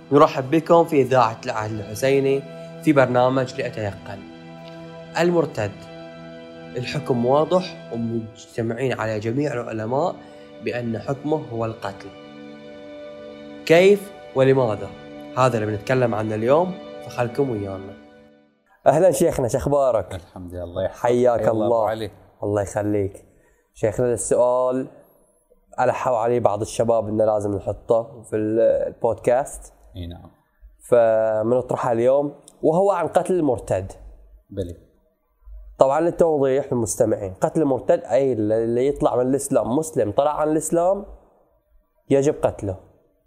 نرحب بكم في إذاعة العهد الحسيني في برنامج لأتيقن. المرتد، الحكم واضح ومجتمعين على جميع العلماء بأن حكمه هو القتل. كيف ولماذا؟ هذا اللي بنتكلم عنه اليوم، فخلكم ويانا. أهلا شيخنا، شخبارك؟ الحمد لله، حياك الله. الله يخليك شيخنا. السؤال ألحوا عليه بعض الشباب إنه لازم نحطه في البودكاست. اي نعم. فمنطرحه اليوم، وهو عن قتل المرتد. بلي. طبعا للتوضيح للمستمعين، قتل المرتد أي اللي يطلع من الإسلام، مسلم طلع عن الإسلام يجب قتله.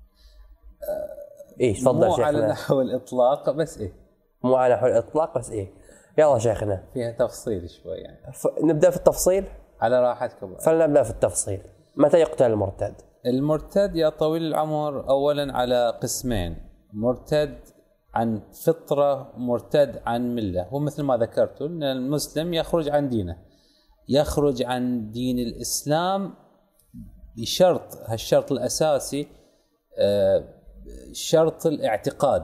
إيه تفضل مو شيخنا. على نحو الإطلاق بس إيه. مو على نحو الإطلاق بس إيه. يلا شيخنا. فيها تفصيل شوي يعني. نبدأ في التفصيل. على راحتكم. فلنبدأ في التفصيل. متى يقتل المرتد؟ المرتد يا طويل العمر أولا على قسمين: مرتد عن فطرة ومرتد عن ملة. ومثل ما ذكرت أن المسلم يخرج عن دينه، يخرج عن دين الإسلام بشرط، هالشرط الأساسي شرط الاعتقاد.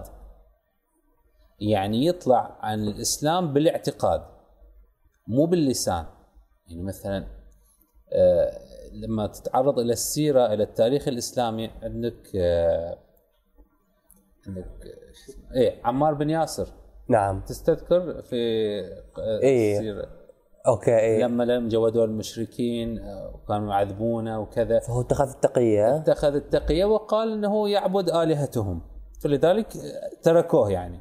يعني يطلع عن الإسلام بالاعتقاد مو باللسان. يعني مثلا لما تتعرض إلى السيرة، إلى التاريخ الإسلامي، عندك عمار بن ياسر. نعم. تستذكر في السيرة. اوكي. لما جودوا المشركين وكانوا يعذبونه وكذا، فهو اتخذ التقية وقال انه يعبد آلهتهم، فلذلك تركوه يعني.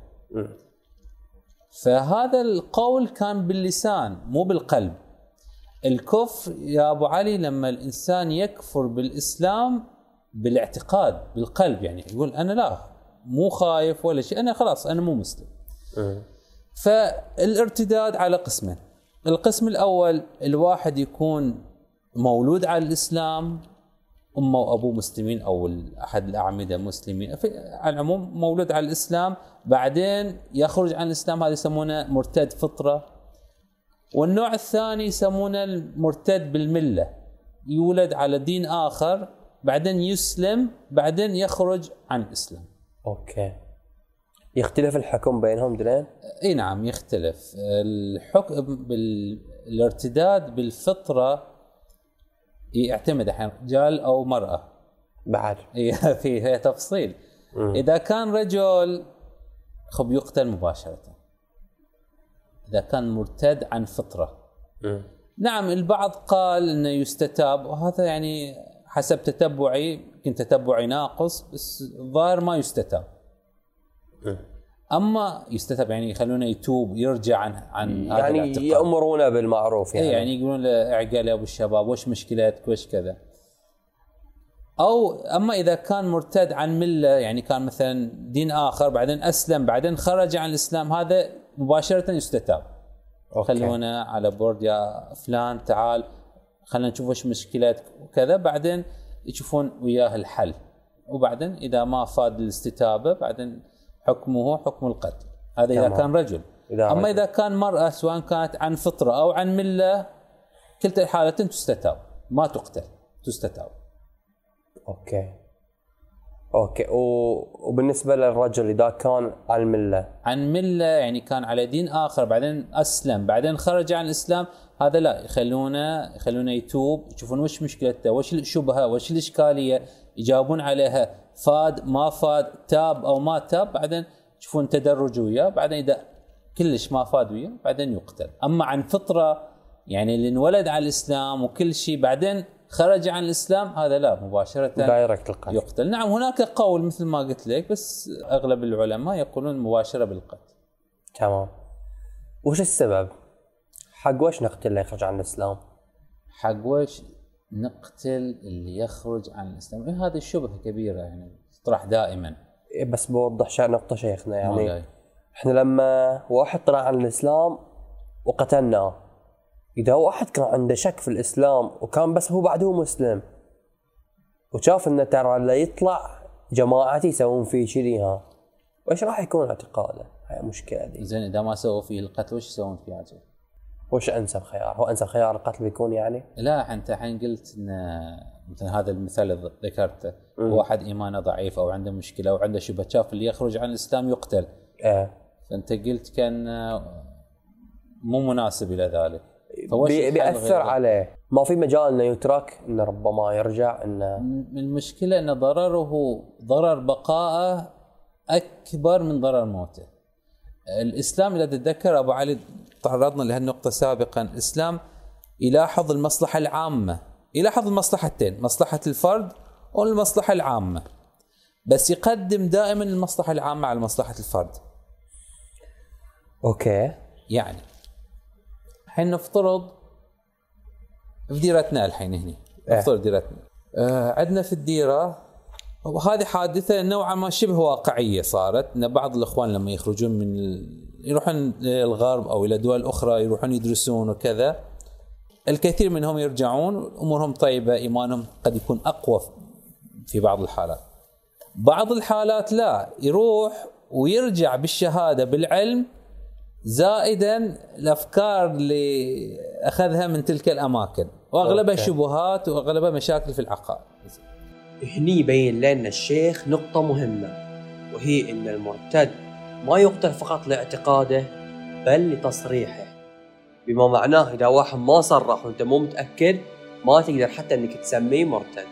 فهذا القول كان باللسان مو بالقلب. الكفر يا ابو علي لما الانسان يكفر بالاسلام بالاعتقاد بالقلب، يعني يقول انا لا مو خايف ولا شيء، انا خلاص انا مو مسلم. فالارتداد على قسمين. القسم الأول، الواحد يكون مولود على الإسلام، أمه وأبوه مسلمين أو أحد الأعمدة مسلمين، على العموم مولود على الإسلام، بعدين يخرج عن الإسلام، هذا يسمونه مرتد فطرة. والنوع الثاني يسمونه المرتد بالملة، يولد على دين آخر بعدين يسلم بعدين يخرج عن الإسلام. أوكي. يختلف الحكم بينهم دلين؟ اي نعم يختلف الحكم. بالارتداد بالفطرة يعتمد احيانا رجال او مرأة بعد. فيها تفصيل. اذا كان رجل خب يقتل مباشرة اذا كان مرتد عن فطرة. نعم البعض قال انه يستتاب، وهذا يعني حسب تتبعي، يمكن تتبعي ناقص، بس الظاهر ما يستتاب. اما يستتب يعني يخلونه يتوب يرجع عن هذا يعني الاعتقاد، يأمرونه بالمعروف يعني يقولون له اعقل يا ابو الشباب، وش مشكلتك وش كذا. او اما اذا كان مرتد عن مله، يعني كان مثلا دين اخر بعدين اسلم بعدين خرج عن الاسلام، هذا مباشره يستتاب. خلونا على بورد يا فلان، تعال خلينا نشوف وش مشكلتك وكذا، بعدين يشوفون وياه الحل. وبعدين اذا ما فاد الاستتابه بعدين حكمه حكم القتل. هذا إذا كان رجل. أما إذا كان مرأة سواء كانت عن فطرة أو عن ملة، كلتا الحالتين تستتاب، ما تقتل، تستتاب. أوكي. وبالنسبة للرجل إذا كان عن ملة يعني كان على دين آخر بعدين أسلم بعدين خرج عن الإسلام، هذا لا، يخلونه يتوب، يشوفون وش مشكلته، وش الشبهة، وش الإشكالية، يجاوبون عليها، فاد ما فاد، تاب أو ما تاب، بعدين يشوفون تدرج وياه، بعدين إذا كلش ما فاد وياه بعدين يقتل. أما عن فطرة يعني اللي انولد على الإسلام وكل شيء بعدين خرج عن الإسلام، هذا لا، مباشرة دايركت القتل يقتل. نعم هناك قول مثل ما قلت لك، بس أغلب العلماء يقولون مباشرة بالقتل. تمام. وش السبب؟ حق وش نقتل اللي يخرج عن الإسلام؟ حق وش نقتل اللي يخرج عن الإسلام؟ هذه الشبهة كبيرة يعني تطرح دائما. بس بوضح نقطة شيخنا، يعني احنا لما واحد طلع عن الإسلام وقتلناه، إذا واحد كان عنده شك في الإسلام وكان بس هو بعده مسلم وشاف إنه ترى اللي يطلع جماعتي يسوون فيه كذي، وإيش راح يكون اعتقاده؟ هاي مشكلة دي. زين إذا ما سووا فيه القتل وش يسوون فيه عجل؟ وش أنسب خيار؟ هو أنسب خيار القتل بيكون يعني؟ لا أنت الحين قلت إن مثل هذا المثال اللي ذكرته، واحد ايمانه ضعيف او عنده مشكله او عنده شبهه، شاف اللي يخرج عن الاسلام يقتل. فانت قلت كان مو مناسب الى ذلك، بيأثر عليه، ما في مجال انه يترك، انه ربما يرجع. انه المشكله ان ضرر بقائه اكبر من ضرر موته. الاسلام اذا تتذكر ابو علي تعرضنا لهالنقطه سابقا، الاسلام يلاحظ المصلحه العامه، يلاحظ المصلحتين، مصلحه الفرد والمصلحه العامه، بس يقدم دائما المصلحه العامه على مصلحه الفرد. اوكي، يعني الحين نفترض في ديرتنا الحين هنا، نفترض ديرتنا عندنا في الديره، وهذه حادثه نوعا ما شبه واقعيه صارت، ان بعض الاخوان لما يخرجون يروحون للغرب او الى دول اخرى يروحون يدرسون وكذا، الكثير منهم يرجعون امورهم طيبه، ايمانهم قد يكون اقوى في بعض الحالات. بعض الحالات لا، يروح ويرجع بالشهاده بالعلم زائدا الافكار اللي اخذها من تلك الاماكن، واغلبها شبهات واغلبها مشاكل في العقائد. هني يبين لنا الشيخ نقطة مهمة، وهي ان المرتد ما يقتل فقط لاعتقاده بل لتصريحه، بما معناه اذا واحد ما صرح وانت مو متأكد ما تقدر حتى انك تسميه مرتد.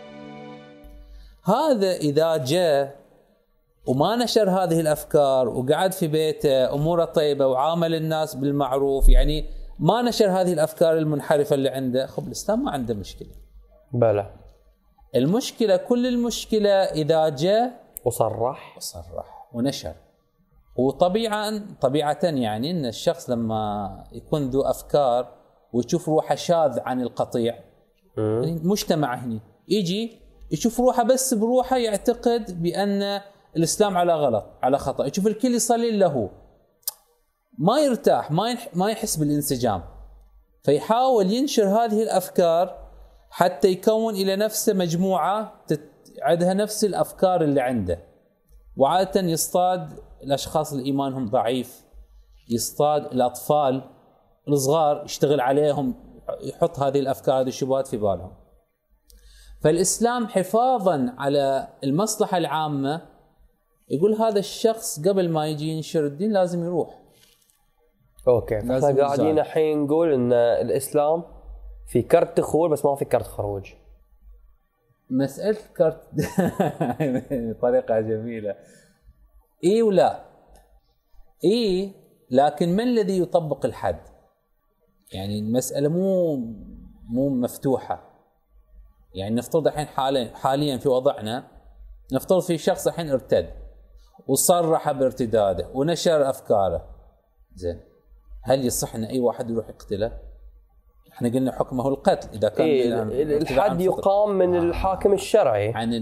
هذا اذا جاء وما نشر هذه الافكار وقعد في بيته اموره طيبه وعامل الناس بالمعروف، يعني ما نشر هذه الافكار المنحرفه اللي عنده، خب الاسلام ما عنده مشكله. بلى المشكله، كل المشكله اذا جاء وصرح ونشر. طبيعه يعني ان الشخص لما يكون ذو افكار ويشوف روحه شاذ عن القطيع، يعني المجتمع هنا يجي يشوف روحه بس بروحه، يعتقد بان الاسلام على غلط على خطا، يشوف الكل يصلي له، ما يرتاح، ما يحس بالانسجام، فيحاول ينشر هذه الافكار حتى يكون الى نفسه مجموعه عندها نفس الافكار اللي عنده. وعاده يصطاد الاشخاص اللي ايمانهم ضعيف، يصطاد الاطفال الصغار، يشتغل عليهم، يحط هذه الافكار هذه الشبهات في بالهم. فالاسلام حفاظا على المصلحه العامه يقول هذا الشخص قبل ما يجي ينشر الدين لازم يروح. اوكي، احنا قاعدين الحين نقول ان الاسلام في كرت دخول بس ما في كرت خروج. مسألة كرت طريقة جميلة. اي ولا اي، لكن من الذي يطبق الحد؟ يعني المسألة مو مفتوحة. يعني نفترض الحين حاليا في وضعنا، نفترض في شخص الحين ارتد وصرح بارتداده ونشر افكاره، زين، هل يصح ان اي واحد يروح يقتله؟ احنا قلنا حكمه القتل اذا كان الحد يقام من الحاكم الشرعي. عن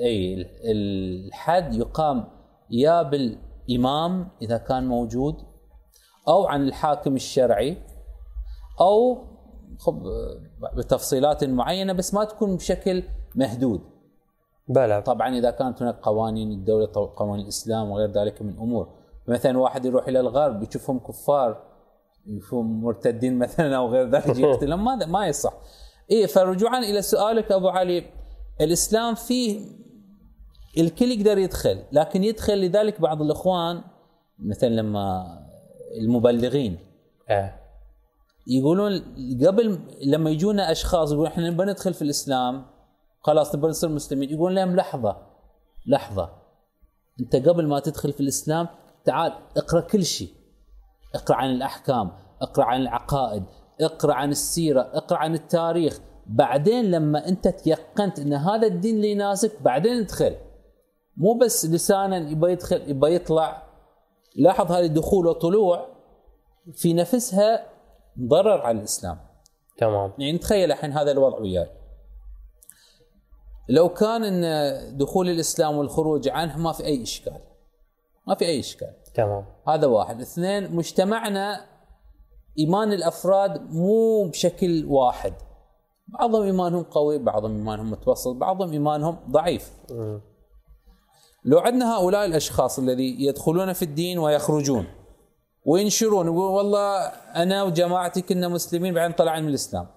الحد يقام يا بالامام اذا كان موجود، او عن الحاكم الشرعي، او بتفصيلات معينه بس ما تكون بشكل مهدود. بلى طبعا اذا كانت هناك قوانين الدوله، قوانين الاسلام وغير ذلك من امور، مثلا واحد يروح الى الغرب يشوفهم كفار، يشوفهم مرتدين مثلا او غير ذلك يقتلهم، ما يصح. فرجوعا الى سؤالك ابو علي، الاسلام فيه الكل يقدر يدخل، لكن يدخل لذلك بعض الاخوان مثلا لما المبلغين يقولون قبل لما يجونا اشخاص يقولون احنا نبغى ندخل في الاسلام، خلاص نبغى نصير مسلمين، يقول لهم لحظه، انت قبل ما تدخل في الاسلام تعال اقرا كل شيء، اقرا عن الاحكام، اقرا عن العقائد، اقرا عن السيره، اقرا عن التاريخ، بعدين لما انت تيقنت ان هذا الدين اللي يناسبك بعدين ادخل. مو بس لسانا يبغى يدخل يبغى يطلع. لاحظ هذه الدخول وطلوع في نفسها ضرر على الاسلام. تمام. يعني تخيل الحين هذا الوضع وياك، لو كان ان دخول الاسلام والخروج عنه ما في اي اشكال، تمام. هذا واحد. اثنين، مجتمعنا ايمان الافراد مو بشكل واحد، بعضهم ايمانهم قوي، بعضهم ايمانهم متوسط، بعضهم ايمانهم ضعيف. لو عندنا هؤلاء الاشخاص الذي يدخلون في الدين ويخرجون وينشرون، يقول والله انا وجماعتي كنا مسلمين بعدين طلعنا من الاسلام،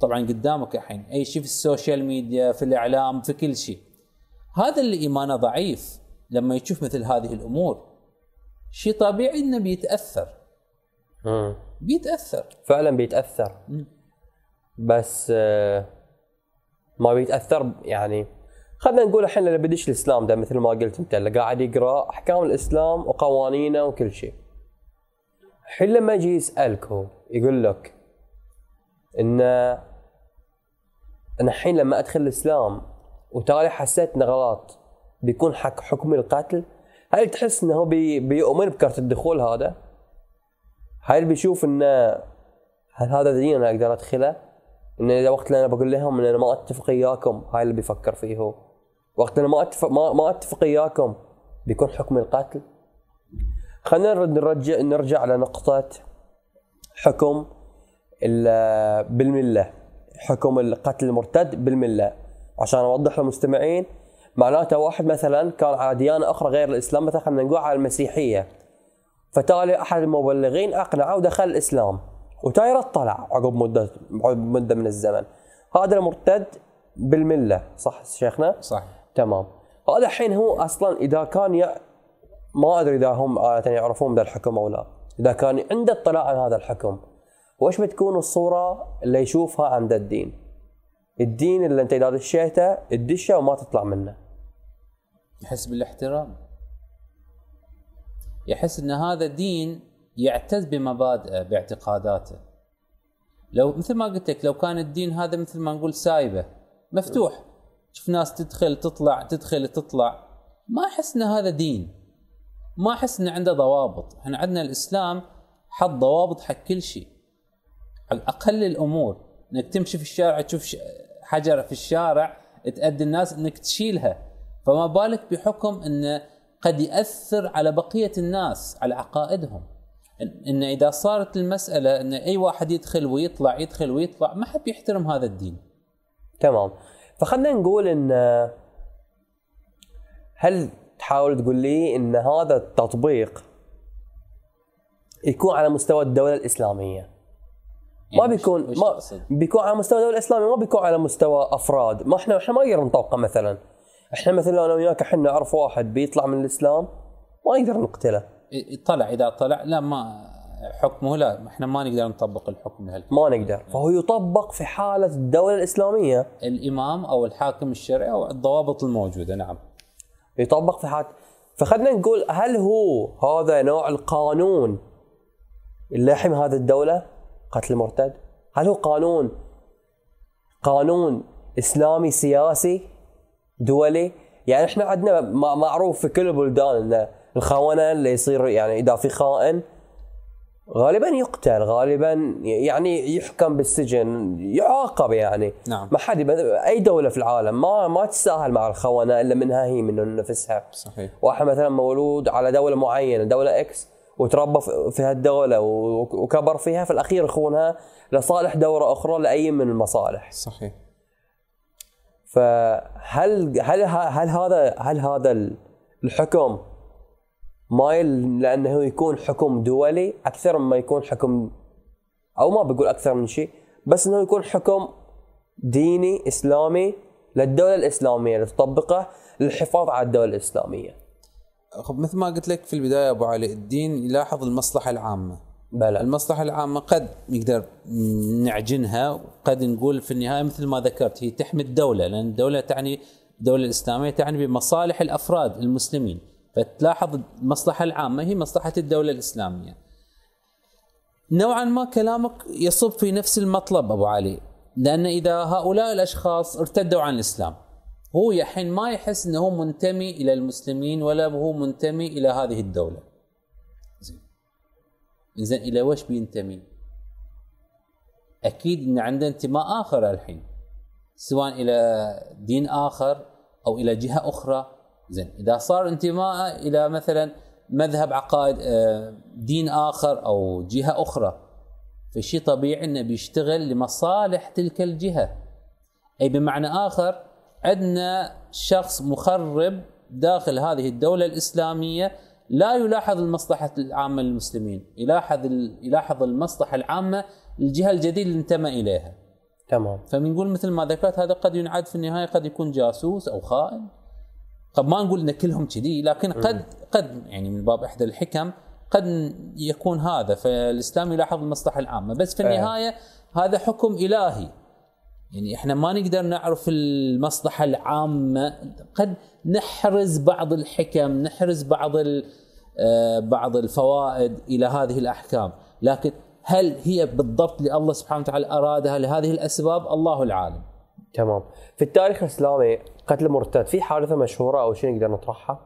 طبعا قدامك الحين اي شيء في السوشيال ميديا، في الاعلام، في كل شيء. هذا اللي ايمانه ضعيف لما يشوف مثل هذه الامور شيء طبيعي انه بيتاثر. بيتاثر فعلا بيتاثر. بس ما بيتاثر يعني. خلينا نقول الحين اللي بديش الاسلام ده مثل ما قلت انت، اللي قاعد يقرا احكام الاسلام وقوانينه وكل شيء، الحين لما يجي يسالك هو يقول لك ان انا الحين لما ادخل الاسلام وتالي حسيت انه غلط بيكون حكم القتل، هل تحس انه هو بيؤمن بكرت الدخول هذا؟ هل بيشوف انه هل هذا دين انا اقدر ادخله؟ ان اذا وقت اللي انا بقول لهم ان انا ما اتفق اياكم، هاي اللي بيفكر فيه هو. وقت انا ما اتفق اياكم بيكون حكم القتل. خلينا نرجع لنقطة حكم بالملة، حكم القتل المرتد بالملة، عشان اوضح للمستمعين. معناته واحد مثلا كان على ديانة اخرى غير الاسلام، مثلا خلينا نقول على المسيحية، فتالي احد المبلغين اقنعه ودخل الاسلام، وتاير طلع عقب مدة من الزمن، هذا المرتد بالملة. صح شيخنا؟ صح. تمام. هذا الحين هو اصلا اذا كان ما ادري اذا هم يعرفون ذا الحكم او لا، اذا كان عنده اطلاع عن هذا الحكم، وش بتكون الصورة اللي يشوفها عند الدين اللي انت اذا دشيته الدشه وما تطلع منه؟ يحس بالاحترام، يحس ان هذا دين يعتز بمبادئه باعتقاداته. لو مثل ما قلت لك، لو كان الدين هذا مثل ما نقول سايبه مفتوح، شوف ناس تدخل تطلع تدخل تطلع، ما احس ان هذا دين، ما احس ان عنده ضوابط. احنا عندنا الاسلام حط ضوابط حق كل شيء. اقل الامور انك تمشي في الشارع تشوف حجره في الشارع تأدي الناس انك تشيلها، فما بالك بحكم انه قد يأثر على بقيه الناس على عقائدهم. ان اذا صارت المساله ان اي واحد يدخل ويطلع يدخل ويطلع، ما حد بيحترم هذا الدين. تمام. فخلنا نقول ان هل تحاول تقول لي ان هذا التطبيق يكون على مستوى الدوله الاسلاميه؟ ما بيكون على مستوى الدوله الاسلاميه، ما بيكون على مستوى افراد. ما احنا ما نقدر نطبقه. مثلا احنا مثلا انا وياك احنا نعرف واحد بيطلع من الاسلام ما نقدر نقتله. طلع اذا طلع لا ما حكمه، لا احنا ما نقدر نطبق الحكم لهالكلام. ما نقدر. فهو يطبق في حاله الدوله الاسلاميه، الامام او الحاكم الشرعي او الضوابط الموجوده. نعم يطبق في حاله. فخلنا نقول هل هو هذا نوع القانون اللي يحمي هذه الدوله قتل المرتد؟ هل هو قانون اسلامي سياسي دولي؟ يعني احنا عندنا معروف في كل البلدان ان الخونه اللي يصير يعني اذا في خائن غالبا يقتل، غالبا يعني يحكم بالسجن، يعاقب يعني. نعم. ما حد اي دوله في العالم ما تتساهل مع الخونه الا منها هي من نفسها. صحيح. واحد مثلا مولود على دوله معينه، دوله اكس، وتربى في هالدوله وكبر فيها، في الاخير يخونها لصالح دوله اخرى لاي من المصالح. صحيح. فهل هذا الحكم مايل لانه يكون حكم دولي اكثر مما يكون حكم، او ما بقول اكثر من شيء، بس انه يكون حكم ديني اسلامي للدوله الاسلاميه لتطبقه للحفاظ على الدوله الاسلاميه؟ مثل ما قلت لك في البدايه ابو علي، الدين يلاحظ المصلحه العامه. بلى. المصلحه العامه قد نقدر نعجنها، وقد نقول في النهايه مثل ما ذكرت هي تحمي الدوله، لان الدوله تعني، الدوله الاسلاميه تعني بمصالح الافراد المسلمين، فتلاحظ المصلحه العامه هي مصلحه الدوله الاسلاميه. نوعا ما كلامك يصب في نفس المطلب ابو علي، لان اذا هؤلاء الاشخاص ارتدوا عن الاسلام، هو الحين ما يحس انه هو منتمي الى المسلمين ولا هو منتمي الى هذه الدوله. زين الى وش بينتمي؟ اكيد ان عنده انتماء اخر الحين، سواء الى دين اخر او الى جهه اخرى. زين اذا صار انتماء الى مثلا مذهب عقائد دين اخر او جهه اخرى، فشي طبيعي انه بيشتغل لمصالح تلك الجهه. اي بمعنى اخر عندنا شخص مخرب داخل هذه الدوله الاسلاميه لا يلاحظ المصلحه العامه للمسلمين، يلاحظ المصلحه العامه للجهه الجديده اللي انتمى اليها. تمام. فبنقول مثل ما ذكرت هذا قد ينعد في النهايه، قد يكون جاسوس او خائن. قد ما نقول ان كلهم كذي، لكن قد يعني من باب احدى الحكم قد يكون هذا. فالاسلام يلاحظ المصلحه العامه، بس في النهايه هذا حكم الهي. يعني احنا ما نقدر نعرف المصلحه العامه، قد نحرز بعض الحكم، نحرز بعض الفوائد الى هذه الاحكام، لكن هل هي بالضبط لله سبحانه وتعالى ارادها لهذه الاسباب؟ الله العالم. تمام. في التاريخ الاسلامي قتل المرتد في حادثه مشهوره او شيء نقدر نطرحها؟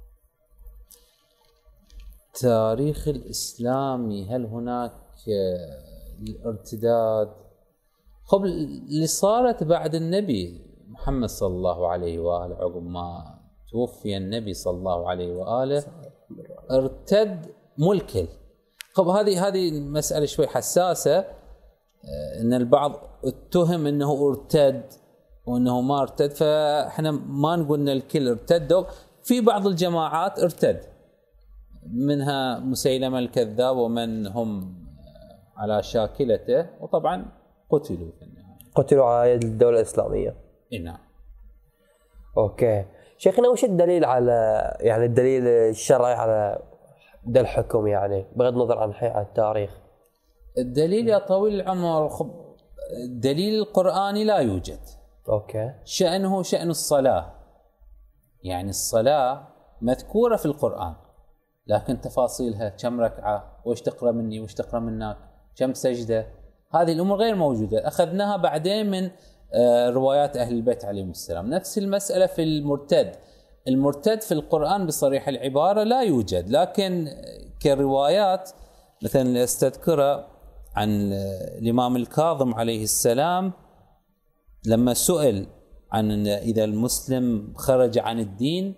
التاريخ الاسلامي هل هناك الارتداد؟ قبل اللي صارت بعد النبي محمد صلى الله عليه واله، عقب ما توفي النبي صلى الله عليه واله ارتد ملكل. طب هذه مسألة شوي حساسة، ان البعض اتهم انه ارتد وانه ما ارتد، فاحنا ما نقول ان الكل ارتدوا. في بعض الجماعات ارتد، منها مسيلمة الكذاب ومن هم على شاكلته، وطبعا قتلوا في النهاية، قتلوا على يد الدولة الإسلامية. نعم. اوكي شيخنا، وش الدليل على يعني الدليل الشرعي على ده الحكم، يعني بغض النظر عن التاريخ؟ الدليل يا طويل العمر، الدليل القرآني لا يوجد. اوكي. شأنه شأن الصلاة، يعني الصلاة مذكورة في القرآن، لكن تفاصيلها كم ركعة، وش تقرأ مني وش تقرأ منك، كم سجدة، هذه الأمور غير موجودة، أخذناها بعدين من روايات أهل البيت عليهم السلام. نفس المسألة في المرتد في القرآن بصريح العبارة لا يوجد، لكن كروايات مثلا استذكر عن الإمام الكاظم عليه السلام لما سئل عن إذا المسلم خرج عن الدين،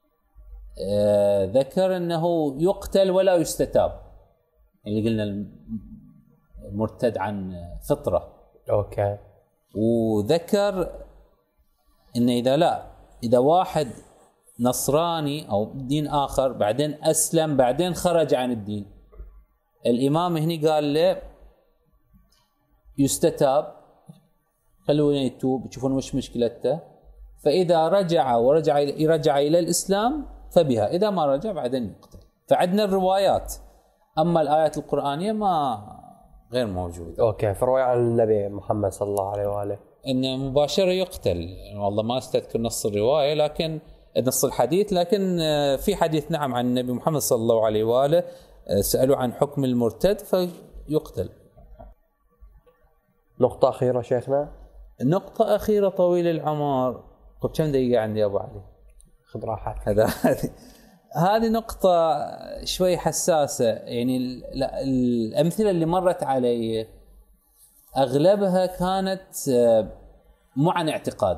ذكر أنه يقتل ولا يستتاب، اللي قلنا المرتد عن فطرة. أوكي. وذكر أن إذا واحد نصراني أو دين آخر بعدين أسلم بعدين خرج عن الدين، الإمام هنا قال له يستتاب، خلوه يتوب يشوفون وش مشكلته، فإذا يرجع إلى الإسلام فبها، إذا ما رجع بعدين يقتل. فعندنا الروايات، أما الآيات القرآنية ما غير موجودة. أوكي. فرواية عن النبي محمد صلى الله عليه وآله إنه مباشرة يقتل، والله ما استذكر نص الرواية لكن نص الحديث، لكن في حديث نعم عن النبي محمد صلى الله عليه وآله سألوا عن حكم المرتد فيقتل. نقطة أخيرة شيخنا. النقطة أخيرة طويل العمر. طب كم دقيقة عندي يا أبو علي؟ خذ راحتك. هذه نقطة شوي حساسة، يعني الأمثلة اللي مرت علي أغلبها كانت مو عن اعتقاد.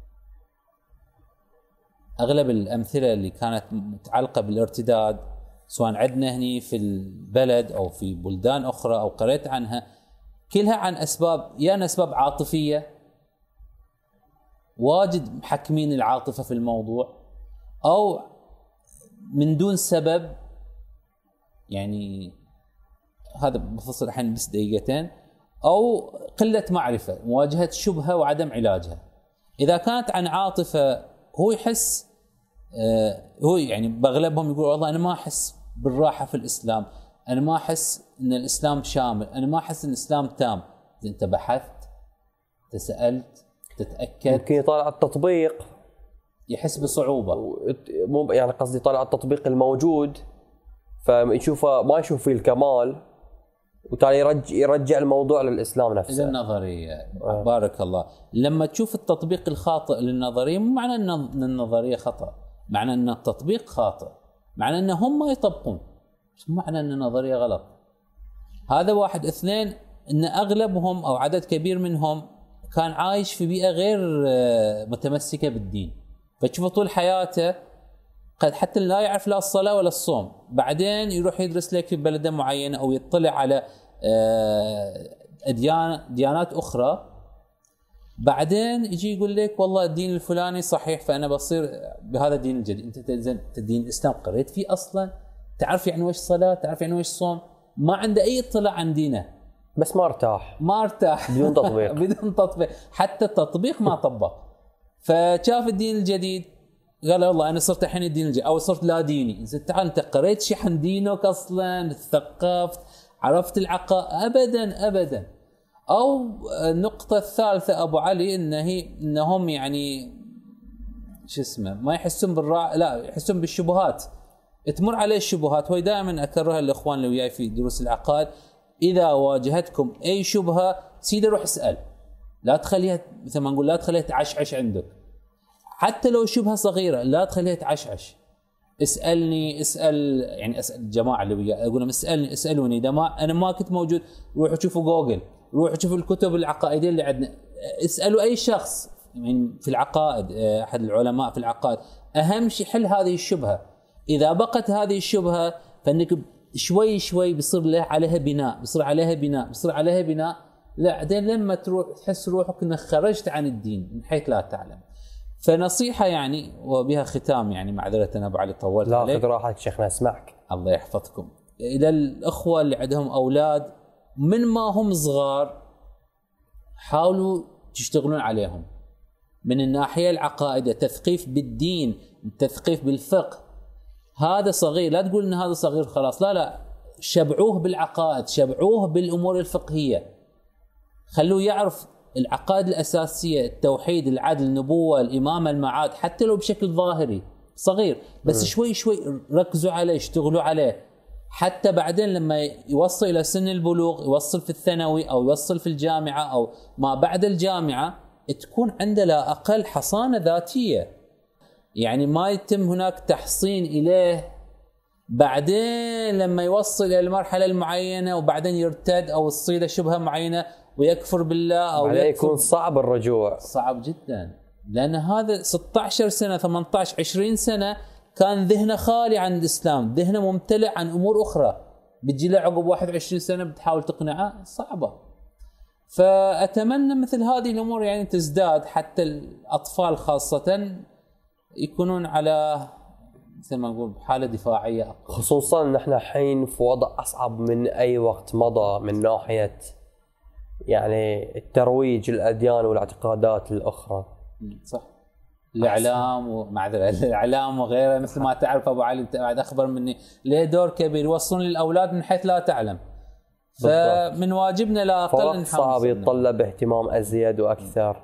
أغلب الأمثلة اللي كانت متعلقة بالارتداد سواء عندنا هني في البلد أو في بلدان أخرى أو قرأت عنها، كلها عن أسباب، يعني أسباب عاطفية، واجد محكمين العاطفة في الموضوع، أو من دون سبب، يعني هذا بفصل الحين بس دقيقتين، أو قلة معرفة، مواجهة شبهة وعدم علاجها. إذا كانت عن عاطفة هو يحس هو يعني بأغلبهم يقول والله أنا ما أحس بالراحة في الإسلام، أنا ما أحس أن الإسلام شامل، أنا ما أحس أن الإسلام تام. إذا أنت بحثت، تسألت، تتأكد، ممكن يطالع التطبيق يحس بصعوبة، مو يعني قصدي يطالع التطبيق الموجود فيشوفه ما يشوف فيه الكمال، وتالي يرجع الموضوع للإسلام نفسه. إذا النظرية بارك الله، لما تشوف التطبيق الخاطئ للنظرية مو معنى أن النظرية خطأ، معنى أن التطبيق خاطئ، معنى أن هم ما يطبقون، مو معنى أن النظرية غلط. هذا واحد. اثنين، أن أغلبهم أو عدد كبير منهم كان عايش في بيئة غير متمسكة بالدين، فتشوفه طول حياته قد حتى لا يعرف لا الصلاة ولا الصوم، بعدين يروح يدرس لك في بلدة معينة أو يطلع على ديانات أخرى، بعدين يجي يقول لك والله الدين الفلاني صحيح فأنا بصير بهذا الدين الجديد. أنت الدين الإسلام قريت فيه أصلا؟ تعرف يعني وش صلاة؟ تعرف يعني وش صوم؟ ما عنده أي اطلاع عن دينه، بس ما ارتاح بدون تطبيق. بدون تطبيق، حتى التطبيق ما طبق. فشاف الدين الجديد قال والله انا صرت الحين الدين الجديد، او صرت لا ديني. تعال انت قريت شيء عن دينك اصلا؟ تثقفت؟ عرفت العقائد؟ ابدا. او النقطه الثالثه ابو علي انهم يعني شو اسمه ما يحسون لا يحسون بالشبهات. تمر عليه الشبهات. هو دائما اكررها الاخوان اللي وياي في دروس العقائد، اذا واجهتكم اي شبهه سيدي روح اسال، لا تخليها مثل ما نقول لا تخليها تعشعش عندك. حتى لو شبهه صغيره لا تخليها تعشعش. اسالني، اسال الجماعه اللي وياي، اقول لهم اسالوني اذا ما انا ما كنت موجود. روحوا شوفوا جوجل، روحوا شوفوا الكتب العقائديه اللي عندنا، اسالوا اي شخص في العقائد، احد العلماء في العقائد. اهم شيء حل هذه الشبهه. اذا بقت هذه الشبهه فانك شوي شوي بيصير عليها بناء. لا بعدين لما تروح تحس روحك انك خرجت عن الدين من حيث لا تعلم. فنصيحه يعني، وبها ختام يعني، معذره ابو علي طولت عليك. لا خذ راحتك شيخنا، اسمعك. الله يحفظكم. الى الاخوه اللي عندهم اولاد من ما هم صغار، حاولوا تشتغلون عليهم من الناحيه العقائديه، تثقيف بالدين، تثقيف بالفقه. هذا صغير، لا تقول ان هذا صغير خلاص، لا شبعوه بالعقائد، شبعوه بالامور الفقهيه، خلوه يعرف العقائد الاساسيه، التوحيد، العدل، النبوه، الامامه، المعاد، حتى لو بشكل ظاهري صغير، بس شوي شوي ركزوا عليه، اشتغلوا عليه، حتى بعدين لما يوصل الى سن البلوغ، يوصل في الثانوي او يوصل في الجامعه او ما بعد الجامعه، تكون عنده لا اقل حصانه ذاتيه. يعني ما يتم هناك تحصين إليه بعدين لما يوصل إلى المرحلة المعينة وبعدين يرتد أو تصيده شبهة معينة ويكفر بالله أو يكون صعب الرجوع، صعب جدا. لأن هذا 16 سنة 18 20 سنة كان ذهنه خالي عن الإسلام، ذهنه ممتلئ عن أمور أخرى، بتجي له عقب 21 سنة بتحاول تقنعه، صعبة. فأتمنى مثل هذه الأمور يعني تزداد، حتى الأطفال خاصة يكونون على مثل ما نقول حالة دفاعية أقوى. خصوصا نحن الحين في وضع أصعب من أي وقت مضى من ناحية يعني الترويج الأديان والاعتقادات الأخرى. صح. الإعلام ومعذرة الإعلام وغيره، مثل ما تعرف أبو علي أنت بعد أخبر مني، له دور كبير يوصلون للأولاد من حيث لا تعلم. فمن واجبنا لا أقل نحاول. صعب يتطلب اهتمام أزيد وأكثر.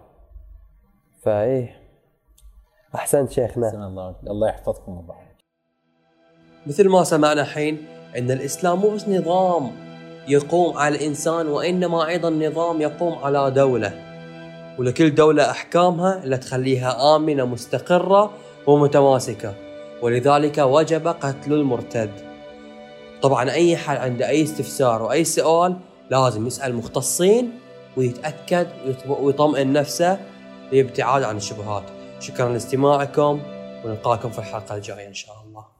فإيه أحسنت شيخنا. الله يحفظكم أبو علي. مثل ما سمعنا حين أن الإسلام مو بس نظام يقوم على الإنسان، وإنما أيضا نظام يقوم على دولة، ولكل دولة أحكامها اللي تخليها آمنة مستقرة ومتماسكة، ولذلك وجب قتل المرتد. طبعا أي حد عنده أي استفسار وأي سؤال لازم يسأل مختصين ويتأكد ويطمئن نفسه للابتعاد عن الشبهات. شكرا لاستماعكم، ونلقاكم في الحلقة الجاية إن شاء الله.